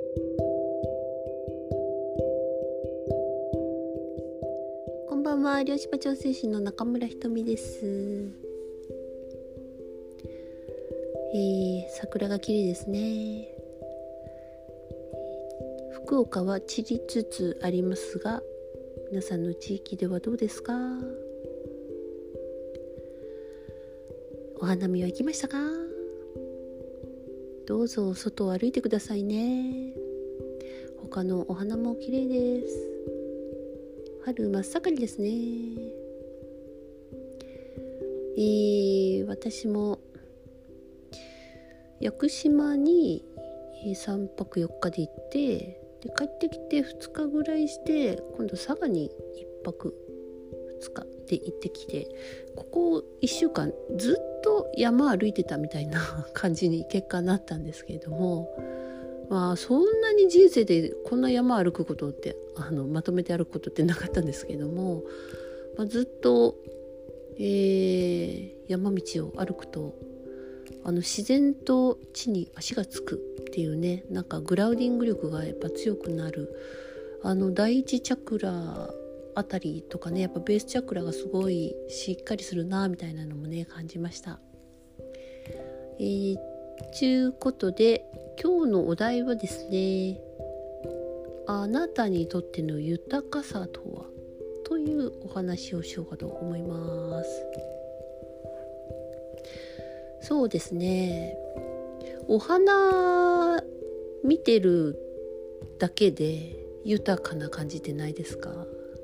こんばんは、漁師場調整士の中村ひとみです。桜が綺麗ですね。福岡は散りつつありますが、皆さんの地域ではどうですか？お花見は行きましたか？どうぞ外を歩いてくださいね。他のお花も綺麗です。春真っ盛りですね。私も屋久島に3泊4日で行って、で帰ってきて2日ぐらいして、今度佐賀に1泊2日で行ってきて、ここ1週間ずっと山歩いてたみたいな感じに結果になったんですけれども、そんなに人生でこんな山歩くことってまとめて歩くことってなかったんですけれども、ずっと、山道を歩くと自然と地に足がつくっていうね、なんかグラウディング力がやっぱ強くなる、第一チャクラあたりとかね、やっぱベースチャクラがすごいしっかりするなみたいなのもね感じました。ちゅうことで今日のお題はですね、あなたにとっての豊かさとは、というお話をしようかと思います。そうですね、お花見てるだけで豊かな感じってないですか？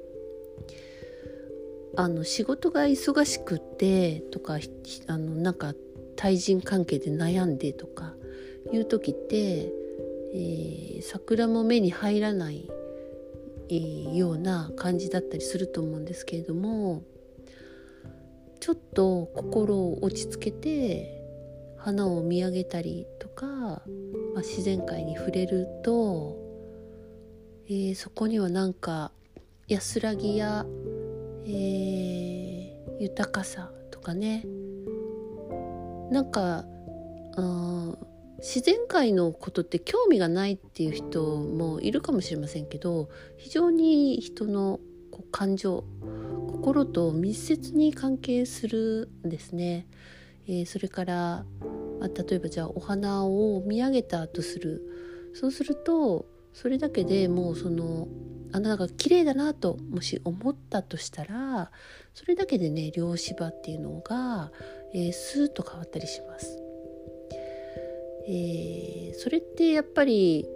仕事が忙しくてとか、なんか対人関係で悩んでとかいう時って、桜も目に入らない、ような感じだったりすると思うんですけれども、ちょっと心を落ち着けて花を見上げたりとか、自然界に触れると、そこにはなんか安らぎや、豊かさとかね、なんか自然界のことって興味がないっていう人もいるかもしれませんけど、非常に人の感情、心と密接に関係するんですね。それから、例えばじゃあお花を見上げたとする。そうするとそれだけでもうあなたが綺麗だなともし思ったとしたら、それだけでね漁師場っていうのが、スーッと変わったりします。それってやっぱり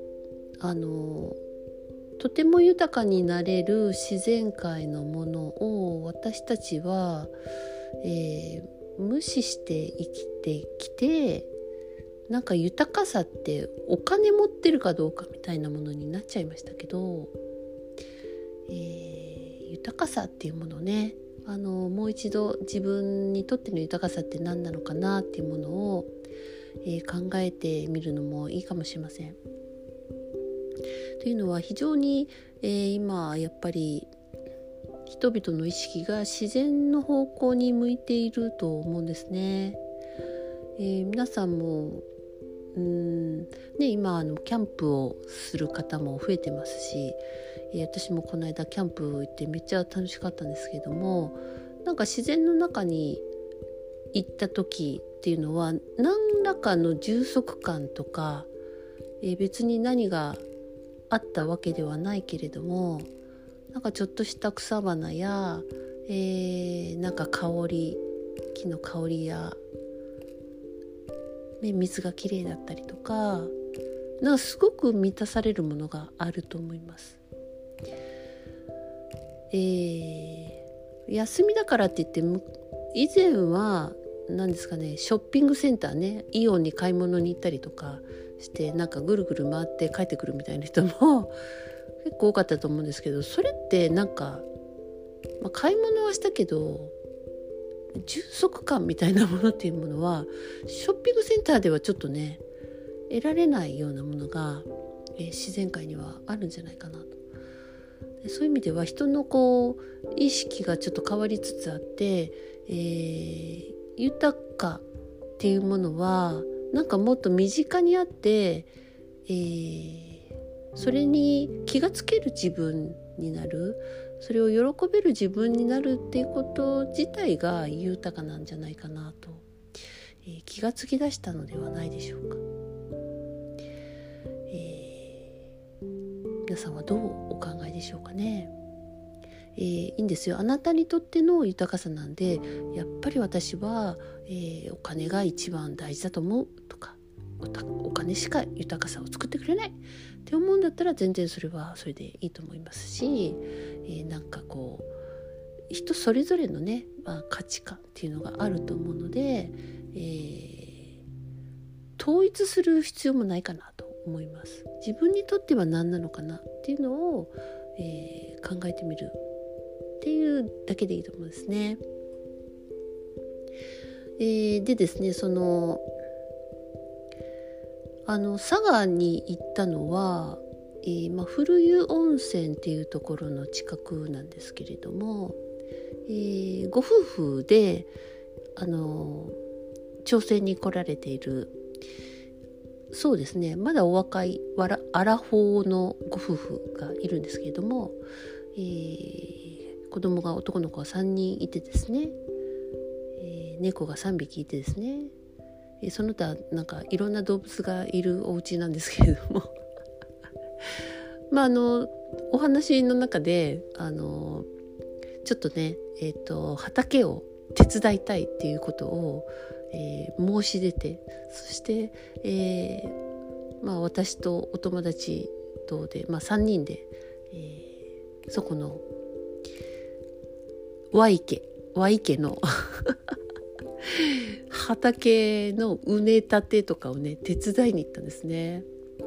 とても豊かになれる自然界のものを私たちは、無視して生きてきて、なんか豊かさってお金持ってるかどうかみたいなものになっちゃいましたけど、豊かさっていうものね、もう一度自分にとっての豊かさって何なのかなっていうものを、考えてみるのもいいかもしれません。というのは非常に、今やっぱり人々の意識が自然の方向に向いていると思うんですね。皆さんも今キャンプをする方も増えてますし、私もこの間キャンプ行ってめっちゃ楽しかったんですけれども、なんか自然の中に行った時っていうのは何らかの充足感とか、別に何があったわけではないけれども、なんかちょっとした草花や、なんか香り、木の香りや、水がきれいだったりとか、なんかすごく満たされるものがあると思います。休みだからって言って以前は何ですかね、ショッピングセンターね、イオンに買い物に行ったりとかして、なんかぐるぐる回って帰ってくるみたいな人も結構多かったと思うんですけど、それってなんか、買い物はしたけど充足感みたいなものっていうものはショッピングセンターではちょっとね得られないようなものが、自然界にはあるんじゃないかなと。そういう意味では人の意識がちょっと変わりつつあって、豊かっていうものはなんかもっと身近にあって、 それに気がつける自分になる、それを喜べる自分になるっていうこと自体が豊かなんじゃないかなと、気がつき出したのではないでしょうか。皆さんはどうお考えでしょうかね。いいんですよ。あなたにとっての豊かさなんで、やっぱり私は、お金が一番大事だと思うとか、お金しか豊かさを作ってくれないって思うんだったら、全然それはそれでいいと思いますし、なんかこう人それぞれのね、価値観っていうのがあると思うので、統一する必要もないかなと思います。自分にとっては何なのかなっていうのを、考えてみるっていうだけでいいと思うんですね。でですね、佐賀に行ったのは、古湯温泉っていうところの近くなんですけれども、ご夫婦で挑戦に来られている、そうですね、まだお若いアラフォーのご夫婦がいるんですけれども、子供が男の子が3人いてですね、猫が3匹いてですね、その他なんかいろんな動物がいるお家なんですけれどもお話の中でちょっとね、畑を手伝いたいっていうことを、申し出て、そして、私とお友達とで、3人で、そこのY家の畑の畝立てとかをね、手伝いに行ったんですね。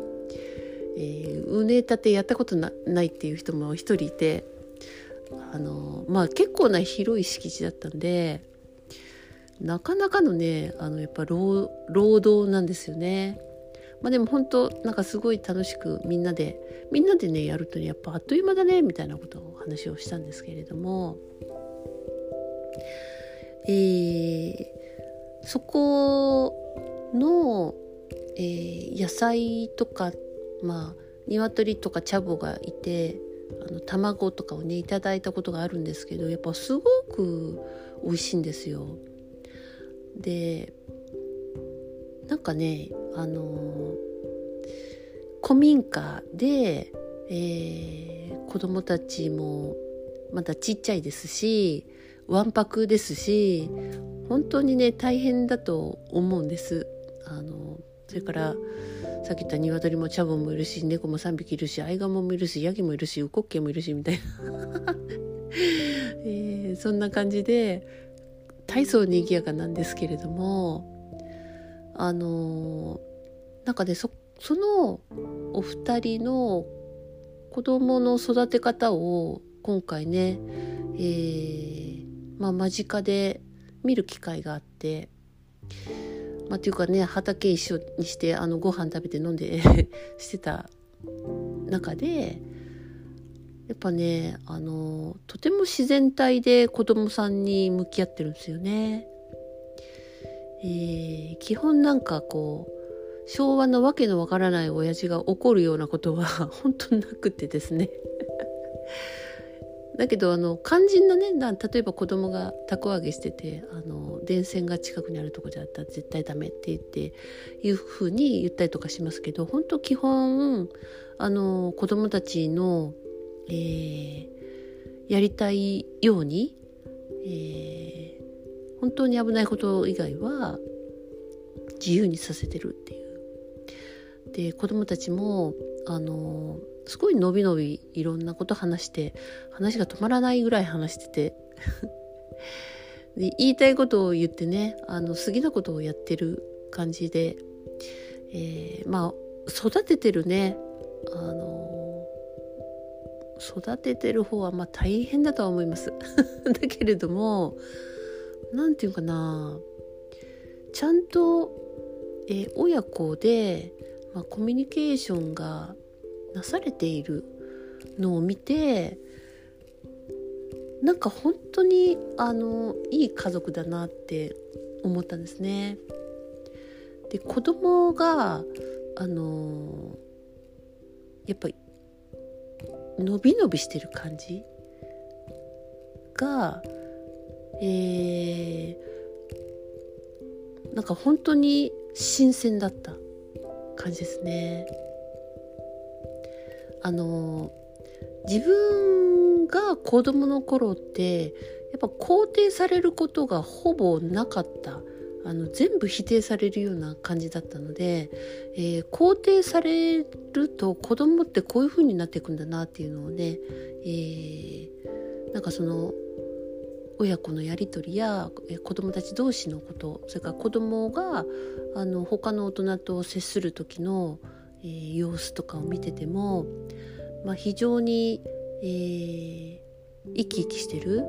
畝立てやったことないっていう人も一人いて、結構な広い敷地だったんで、なかなかのね、やっぱ労働なんですよね。でも本当なんかすごい楽しくみんなでねやるとね、やっぱあっという間だねみたいなことを話をしたんですけれども、そこの、野菜とか鶏とかチャボがいて、卵とかをねいただいたことがあるんですけど、やっぱすごく美味しいんですよ。でなんかね、古民家で、子供たちもまだちっちゃいですし、わんぱくですし、本当にね大変だと思うんです。それからさっき言った鶏もチャボもいるし、猫も3匹いるし、アイガモもいるし、ヤギもいるし、ウコッケイもいるしみたいな、そんな感じで大層にぎやかなんですけれども、なんかね、そのお二人の子供の育て方を今回ね、間近で見る機会があって、っていうかね、畑一緒にしてご飯食べて飲んでしてた中で、やっぱね、とても自然体で子供さんに向き合ってるんですよね。基本なんかこう昭和のわけのわからない親父が怒るようなことは本当になくてですねだけど肝心なね、例えば子供がたこ揚げしてて、電線が近くにあるところだったら絶対ダメっていうふうに言ったりとかしますけど、本当基本子供たちの、やりたいように、本当に危ないこと以外は自由にさせてるっていう。で子供たちもすごいのびのびいろんなこと話が止まらないぐらい話しててで言いたいことを言ってね、好きなことをやってる感じで、育ててるね、育ててる方は大変だとは思いますだけれども、なんていうかな、ちゃんと、親子で、コミュニケーションがなされているのを見て、なんか本当にいい家族だなって思ったんですね。で子供がやっぱり伸び伸びしてる感じが、なんか本当に新鮮だった感じですね。自分が子供の頃ってやっぱ肯定されることがほぼなかった。全部否定されるような感じだったので、肯定されると子供ってこういう風になっていくんだなっていうのをね、なんかその親子のやり取りや、子供たち同士のこと、それから子供が他の大人と接する時の、様子とかを見てても、非常に、生き生きしてる。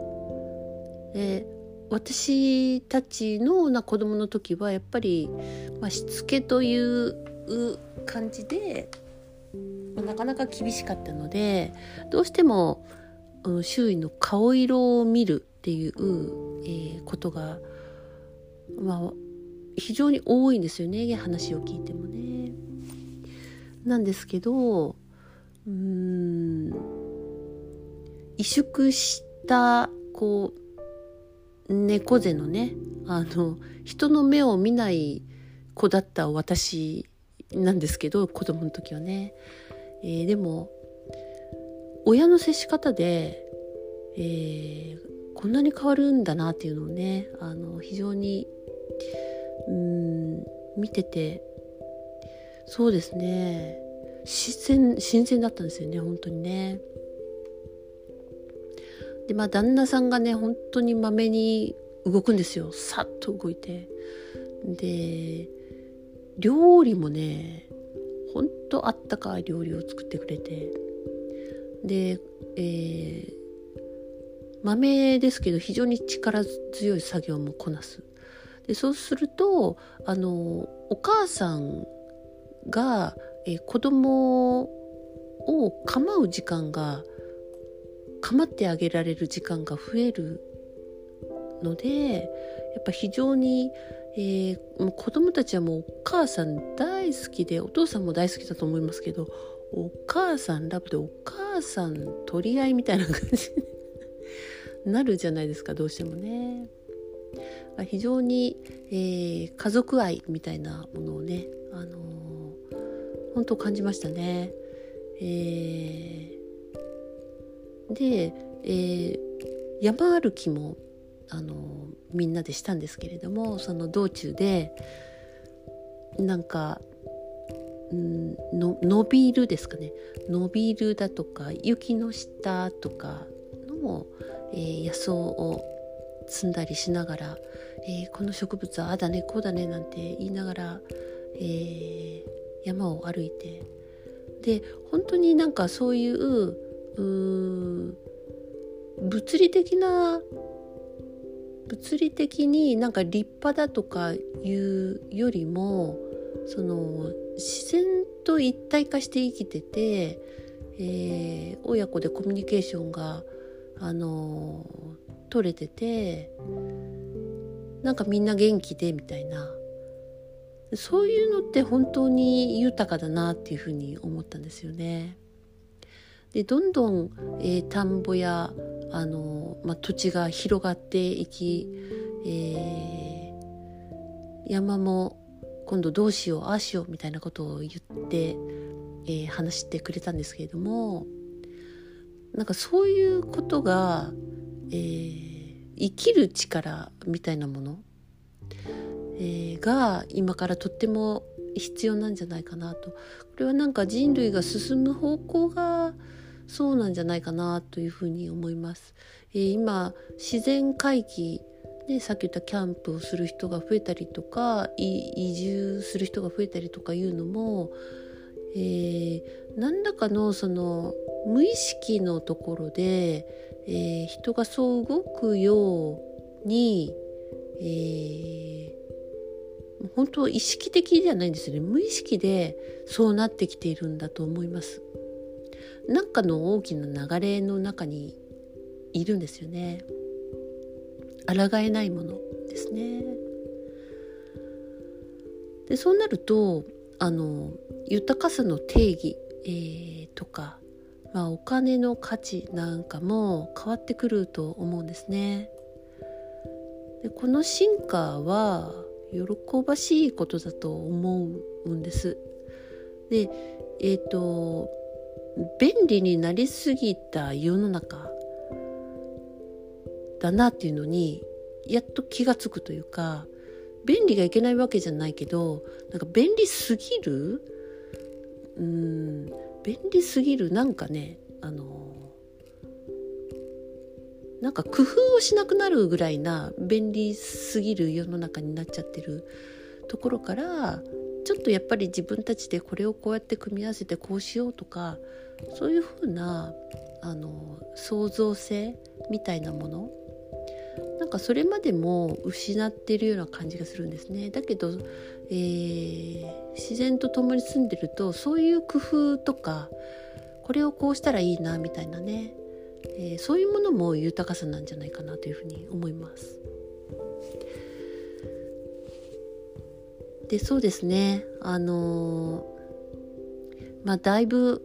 私たちの子供の時はやっぱり、しつけという感じで、なかなか厳しかったので、どうしても、周囲の顔色を見るっていう、ことが、非常に多いんですよね、話を聞いてもね。なんですけど、萎縮した猫背のね、人の目を見ない子だった私なんですけど、子供の時はね、でも親の接し方で、こんなに変わるんだなっていうのをね、非常に見てて、そうですね、新鮮だったんですよね、本当にね。で、旦那さんがね、本当にまめに動くんですよ。さっと動いて。で、料理もね、本当あったかい料理を作ってくれて。で、まめですけど非常に力強い作業もこなす。で、そうすると、お母さんが、子供を構う時間が、構ってあげられる時間が増えるので、やっぱ非常に、もう子供たちはもうお母さん大好きで、お父さんも大好きだと思いますけど、お母さんラブでお母さん取り合いみたいな感じになるじゃないですか、どうしてもね。非常に、家族愛みたいなものをね、本当感じましたね。で、山歩きもみんなでしたんですけれども、その道中でなんか、伸びるですかね、伸びるだとか雪の下とかの、野草を摘んだりしながら、この植物はあだねこうだねなんて言いながら、山を歩いて、で本当になんかそういう物理的になんか立派だとかいうよりも、その自然と一体化して生きてて、親子でコミュニケーションが取れてて、なんかみんな元気でみたいな、そういうのって本当に豊かだなっていうふうに思ったんですよね。でどんどん、田んぼや土地が広がっていき、山も今度どうしようああしようみたいなことを言って、話してくれたんですけれども、なんかそういうことが、生きる力みたいなもの、が今からとっても必要なんじゃないかなと。これはなんか人類が進む方向がそうなんじゃないかなというふうに思います。今自然回帰で、さっき言ったキャンプをする人が増えたりとか、移住する人が増えたりとかいうのも、何らかのその無意識のところで、人がそう動くように、本当意識的じゃないんですよね。無意識でそうなってきているんだと思います。なんかの大きな流れの中にいるんですよね。抗えないものですね。でそうなると豊かさの定義、とか、 お金の価値なんかも変わってくると思うんですね。でこの進化は喜ばしいことだと思うんです。で便利になりすぎた世の中だなっていうのにやっと気がつくというか、便利がいけないわけじゃないけど、なんか便利すぎるなんかね、なんか工夫をしなくなるぐらいな便利すぎる世の中になっちゃってるところから、ちょっとやっぱり自分たちでこれをこうやって組み合わせてこうしようとか、そういうふうな創造性みたいなもの、なんかそれまでも失っているような感じがするんですね。だけど、自然と共に住んでると、そういう工夫とかこれをこうしたらいいなみたいなね、そういうものも豊かさなんじゃないかなというふうに思います。でそうですね、だいぶ、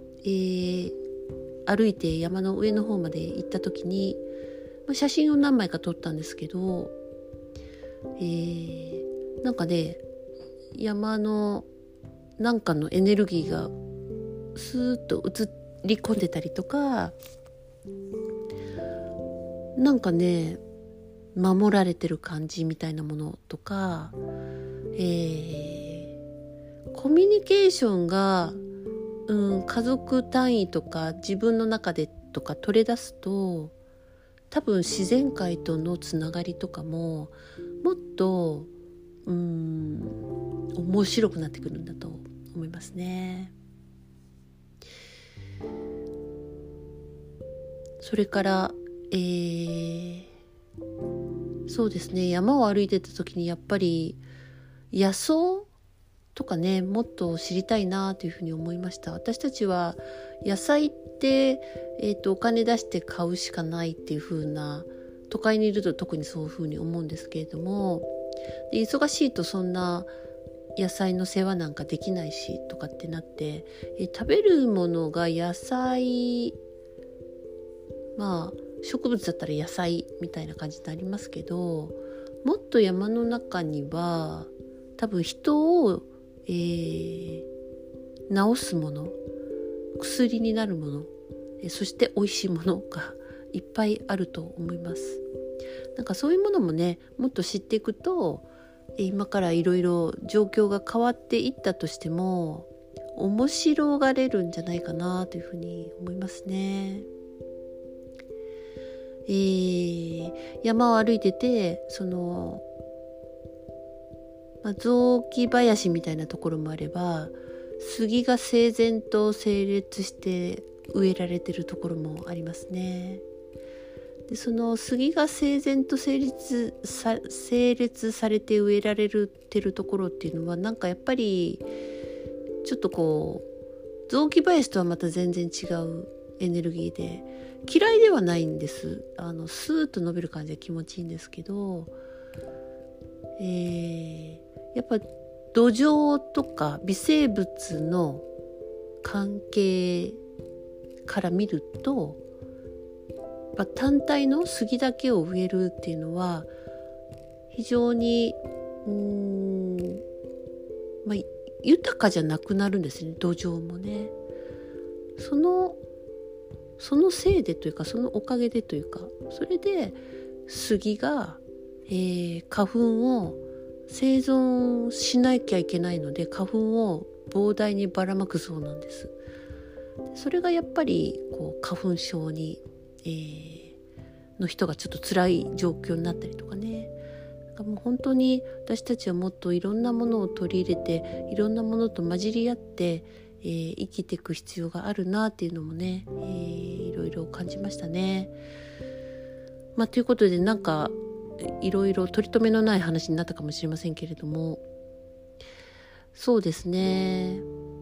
歩いて山の上の方まで行った時に、写真を何枚か撮ったんですけど、なんかね、山のなんかのエネルギーがスーッと映り込んでたりとか、なんかね守られてる感じみたいなものとか、コミュニケーションが、家族単位とか自分の中でとか取れ出すと、多分自然界とのつながりとかももっと面白くなってくるんだと思いますね。それから、そうですね、山を歩いてた時にやっぱり野草とかね、もっと知りたいなというふうに思いました。私たちは野菜って、お金出して買うしかないっていう風な、都会にいると特にそういう風に思うんですけれども、で忙しいとそんな野菜の世話なんかできないしとかってなって、食べるものが野菜、植物だったら野菜みたいな感じになりますけど、もっと山の中には多分人を、治すもの、薬になるもの、そして美味しいものがいっぱいあると思います。なんかそういうものもね、もっと知っていくと、今からいろいろ状況が変わっていったとしても面白がれるんじゃないかなというふうに思いますね。山を歩いてて、雑木林みたいなところもあれば、杉が整然と整列して植えられてるところもありますね。でその杉が整然と整列されて植えられてるところっていうのは、なんかやっぱりちょっとこう雑木林とはまた全然違うエネルギーで、嫌いではないんです。スーッと伸びる感じで気持ちいいんですけど、やっぱ土壌とか微生物の関係から見ると、単体の杉だけを植えるっていうのは非常に豊かじゃなくなるんですね、土壌もね。そのせいでというか、そのおかげでというか、それで杉が、花粉を生存しなきゃいけないので、花粉を膨大にばらまくそうなんです。それがやっぱり花粉症に、の人がちょっと辛い状況になったりとかね。もう本当に私たちはもっといろんなものを取り入れて、いろんなものと混じり合って、生きていく必要があるなっていうのもね、いろいろ感じましたね。ということで、なんかいろいろ取り留めのない話になったかもしれませんけれども、そうですね、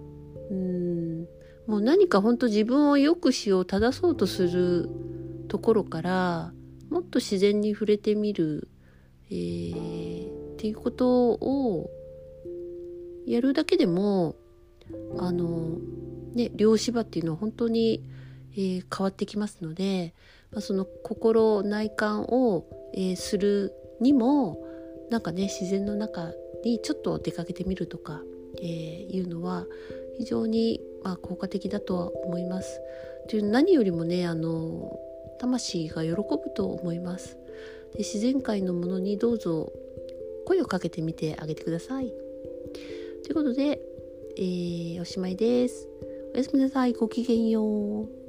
もう何か本当自分を良くしよう、正そうとするところから、もっと自然に触れてみる、っていうことをやるだけでも漁師場っていうのは本当に、変わってきますので、その心内観を、するにもなんかね、自然の中にちょっと出かけてみるとか、いうのは非常に、効果的だとは思います。という何よりもね、魂が喜ぶと思います。で、自然界のものにどうぞ声をかけてみてあげてください。ということで、おしまいです。おやすみなさい。ごきげんよう。